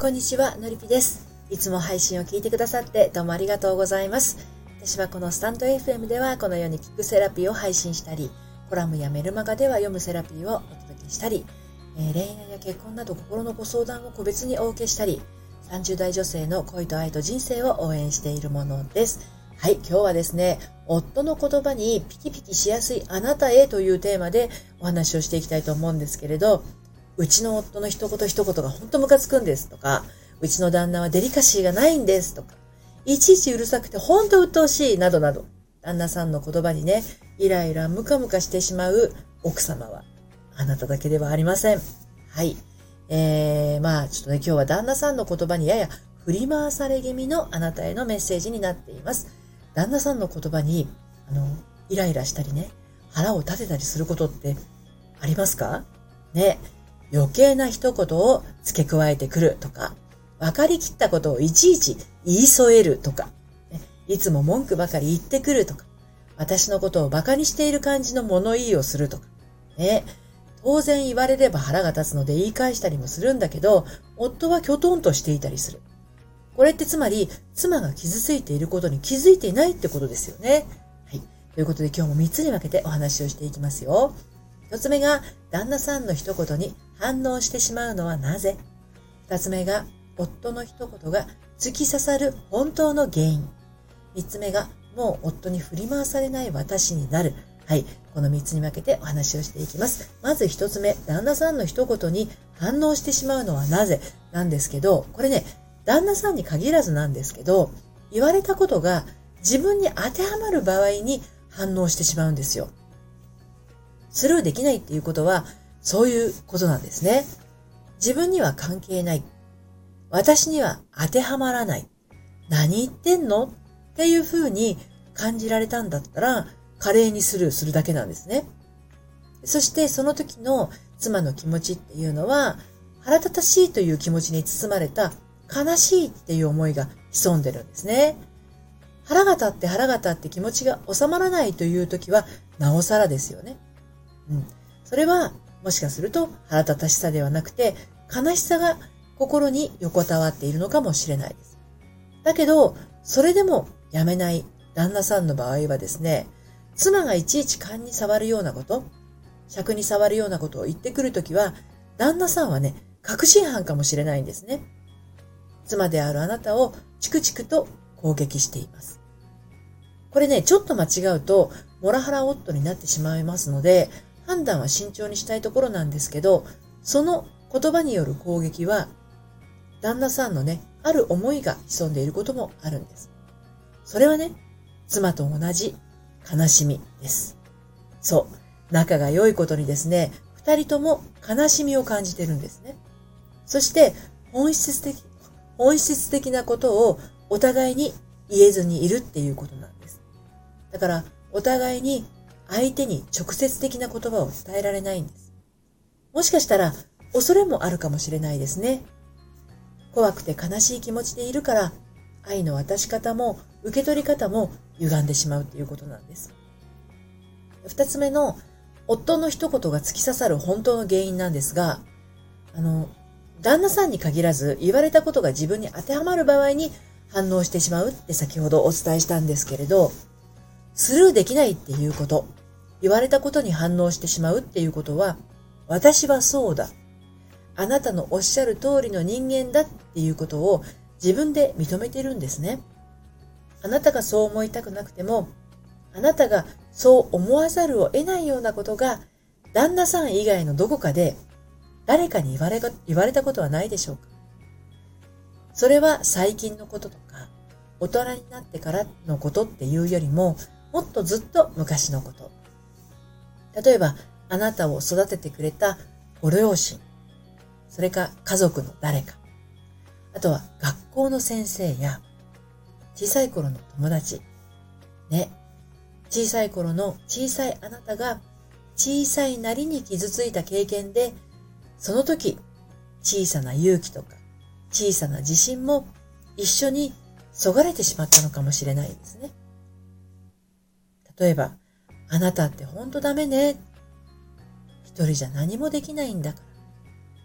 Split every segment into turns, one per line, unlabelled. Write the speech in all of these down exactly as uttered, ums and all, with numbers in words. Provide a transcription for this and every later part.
こんにちは、のりぴです。いつも配信を聞いてくださってどうもありがとうございます。私はこのスタンド エフエム ではこのように聞くセラピーを配信したり、コラムやメルマガでは読むセラピーをお届けしたり、えー、恋愛や結婚など心のご相談を個別にお受けしたり、さんじゅう代女性の恋と愛と人生を応援しているものです。はい、今日はですね、夫の言葉にピキピキしやすいあなたへというテーマでお話をしていきたいと思うんですけれど、うちの夫の一言一言が本当ムカつくんですとか、うちの旦那はデリカシーがないんですとか、いちいちうるさくて本当鬱陶しいなどなど、旦那さんの言葉にね、イライラムカムカしてしまう奥様はあなただけではありません。はい。えー、まあちょっとね、今日は旦那さんの言葉にやや振り回され気味のあなたへのメッセージになっています。旦那さんの言葉に、あの、イライラしたりね、腹を立てたりすることってありますかね。余計な一言を付け加えてくるとか、分かりきったことをいちいち言い添えるとか、ね、いつも文句ばかり言ってくるとか、私のことを馬鹿にしている感じの物言いをするとか、ね、当然言われれば腹が立つので言い返したりもするんだけど、夫はきょとんとしていたりする。これってつまり、妻が傷ついていることに気づいていないってことですよね。はい。ということで今日もみっつに分けてお話をしていきますよ。一つ目が、旦那さんの一言に反応してしまうのはなぜ？二つ目が、夫の一言が突き刺さる本当の原因。三つ目が、もう夫に振り回されない私になる。はい。この三つに分けてお話をしていきます。まず一つ目、旦那さんの一言に反応してしまうのはなぜなんですけど、これね、旦那さんに限らずなんですけど、言われたことが自分に当てはまる場合に反応してしまうんですよ。スルーできないっていうことは、そういうことなんですね。自分には関係ない。私には当てはまらない。何言ってんのっていう風に感じられたんだったら、華麗にスルーするだけなんですね。そしてその時の妻の気持ちっていうのは、腹立たしいという気持ちに包まれた悲しいっていう思いが潜んでるんですね。腹が立って腹が立って気持ちが収まらないという時は、なおさらですよね。うん。それは、もしかすると腹立たしさではなくて、悲しさが心に横たわっているのかもしれないです。だけど、それでもやめない旦那さんの場合はですね、妻がいちいち勘に触るようなこと、尺に触るようなことを言ってくるときは、旦那さんはね、確信犯かもしれないんですね。妻であるあなたをチクチクと攻撃しています。これね、ちょっと間違うと、モラハラ夫になってしまいますので、判断は慎重にしたいところなんですけど、その言葉による攻撃は、旦那さんのね、ある思いが潜んでいることもあるんです。それはね、妻と同じ悲しみです。そう、仲が良いことにですね、二人とも悲しみを感じてるんですね。そして、本質的、本質的なことをお互いに言えずにいるっていうことなんです。だから、お互いに相手に直接的な言葉を伝えられないんです。もしかしたら、恐れもあるかもしれないですね。怖くて悲しい気持ちでいるから、愛の渡し方も受け取り方も歪んでしまうっていうことなんです。二つ目の、夫の一言が突き刺さる本当の原因なんですが、あの、旦那さんに限らず言われたことが自分に当てはまる場合に反応してしまうって先ほどお伝えしたんですけれど、スルーできないっていうこと、言われたことに反応してしまうっていうことは、私はそうだ。あなたのおっしゃる通りの人間だっていうことを自分で認めてるんですね。あなたがそう思いたくなくても、あなたがそう思わざるを得ないようなことが、旦那さん以外のどこかで誰かに言われが、言われたことはないでしょうか。それは最近のこととか、大人になってからのことっていうよりも、もっとずっと昔のこと。例えば、あなたを育ててくれたご両親、それか家族の誰か、あとは学校の先生や、小さい頃の友達、ね、小さい頃の小さいあなたが小さいなりに傷ついた経験で、その時、小さな勇気とか、小さな自信も一緒にそがれてしまったのかもしれないですね。例えば、あなたってほんとダメね。一人じゃ何もできないんだから。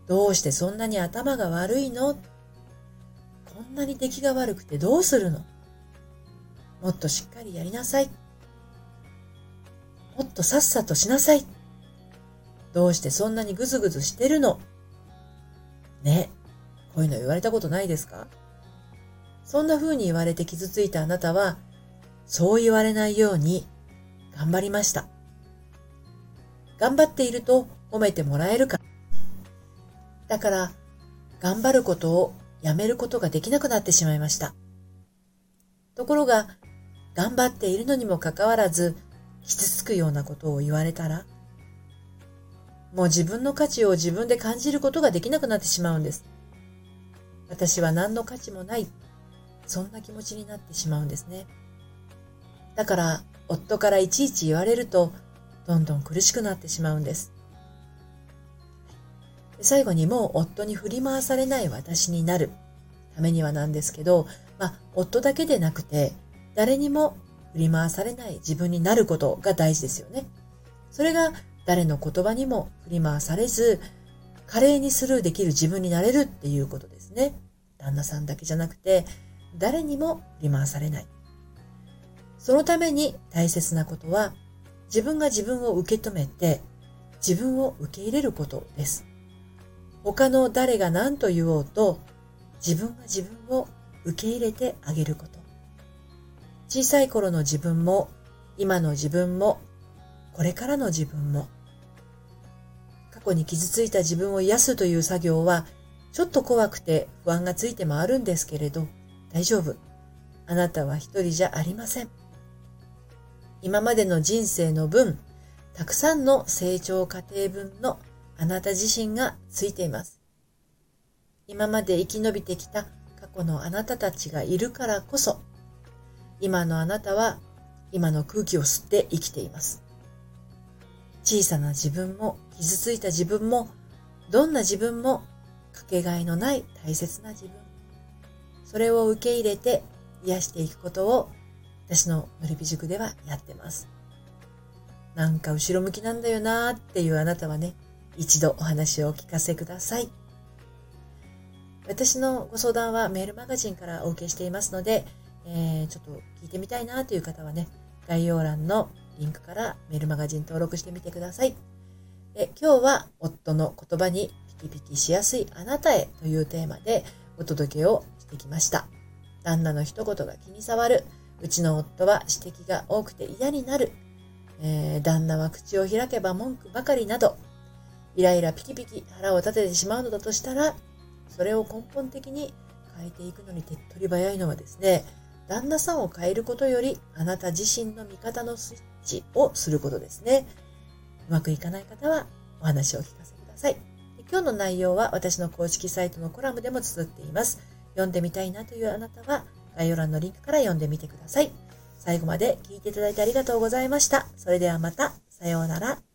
どうしてそんなに頭が悪いの？こんなに出来が悪くてどうするの？もっとしっかりやりなさい。もっとさっさとしなさい。どうしてそんなにぐずぐずしてるの？ね、こういうの言われたことないですか？そんな風に言われて傷ついたあなたは、そう言われないように頑張りました。頑張っていると褒めてもらえるから。だから、頑張ることをやめることができなくなってしまいました。ところが、頑張っているのにもかかわらず、傷つくようなことを言われたら、もう自分の価値を自分で感じることができなくなってしまうんです。私は何の価値もない、そんな気持ちになってしまうんですね。だから、夫からいちいち言われると、どんどん苦しくなってしまうんです。最後にもう夫に振り回されない私になるためにはなんですけど、まあ、夫だけでなくて、誰にも振り回されない自分になることが大事ですよね。それが誰の言葉にも振り回されず、華麗にスルーできる自分になれるっていうことですね。旦那さんだけじゃなくて、誰にも振り回されない。そのために大切なことは、自分が自分を受け止めて、自分を受け入れることです。他の誰が何と言おうと、自分が自分を受け入れてあげること。小さい頃の自分も、今の自分も、これからの自分も、過去に傷ついた自分を癒すという作業は、ちょっと怖くて不安がついて回るんですけれど、大丈夫。あなたは一人じゃありません。今までの人生の分、たくさんの成長過程分のあなた自身がついています。今まで生き延びてきた過去のあなたたちがいるからこそ、今のあなたは今の空気を吸って生きています。小さな自分も傷ついた自分も、どんな自分もかけがえのない大切な自分。それを受け入れて癒していくことを私ののりぴ塾ではやってます。なんか後ろ向きなんだよなーっていうあなたはね、一度お話をお聞かせください。私のご相談はメールマガジンからお受けしていますので、えー、ちょっと聞いてみたいなという方はね、概要欄のリンクからメールマガジン登録してみてください。で、今日は夫の言葉にピキピキしやすいあなたへというテーマでお届けをしてきました。旦那の一言が気に障る。うちの夫は指摘が多くて嫌になる。えー、旦那は口を開けば文句ばかりなど、イライラピキピキ腹を立ててしまうのだとしたら、それを根本的に変えていくのに手っ取り早いのはですね、旦那さんを変えることよりあなた自身の味方のスイッチをすることですね。うまくいかない方はお話をお聞かせください。今日の内容は私の公式サイトのコラムでも綴っています。読んでみたいなというあなたは概要欄のリンクから読んでみてください。最後まで聞いていただいてありがとうございました。それではまた。さようなら。